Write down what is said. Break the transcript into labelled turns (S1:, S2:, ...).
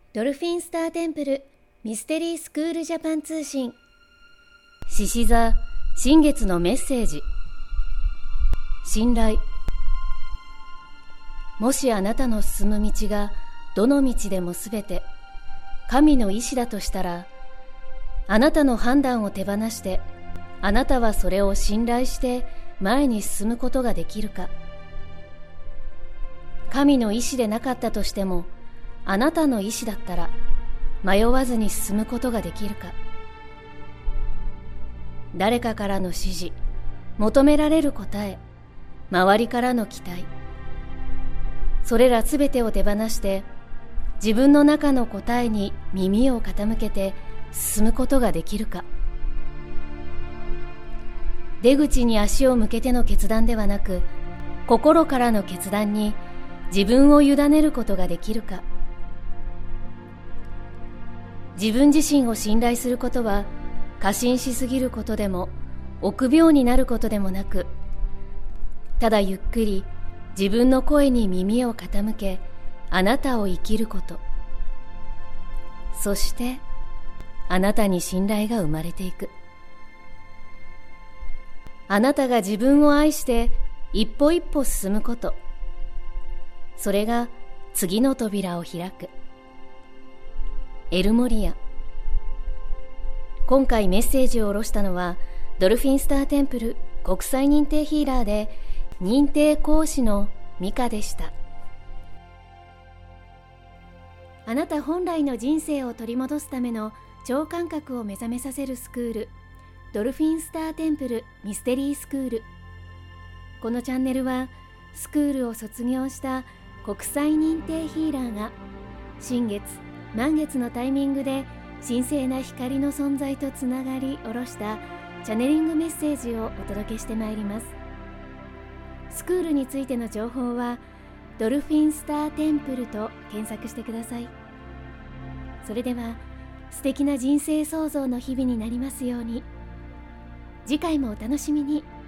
S1: ドルフィンスターテンプルミステリースクールジャパン通信。獅子座新月のメッセージ。信頼。もしあなたの進む道がどの道でもすべて神の意志だとしたら、あなたの判断を手放してあなたはそれを信頼して前に進むことができるか。神の意志でなかったとしても、あなたの意志だったら迷わずに進むことができるか。誰かからの指示、求められる答え、周りからの期待、それらすべてを手放して自分の中の答えに耳を傾けて進むことができるか。出口に足を向けての決断ではなく、心からの決断に自分を委ねることができるか。自分自身を信頼することは過信しすぎることでも臆病になることでもなく、ただゆっくり自分の声に耳を傾け、あなたを生きること。そしてあなたに信頼が生まれていく。あなたが自分を愛して一歩一歩進むこと、それが次の扉を開く。エルモリア。今回メッセージを下ろしたのはドルフィンスターテンプル国際認定ヒーラーで認定講師のミカでした。あなた本来の人生を取り戻すための超感覚を目覚めさせるスクール、ドルフィンスターテンプルミステリースクール。このチャンネルはスクールを卒業した国際認定ヒーラーが新月満月のタイミングで神聖な光の存在とつながり下ろしたチャネリングメッセージをお届けしてまいります。スクールについての情報はドルフィンスターテンプルと検索してください。それでは素敵な人生創造の日々になりますように。次回もお楽しみに。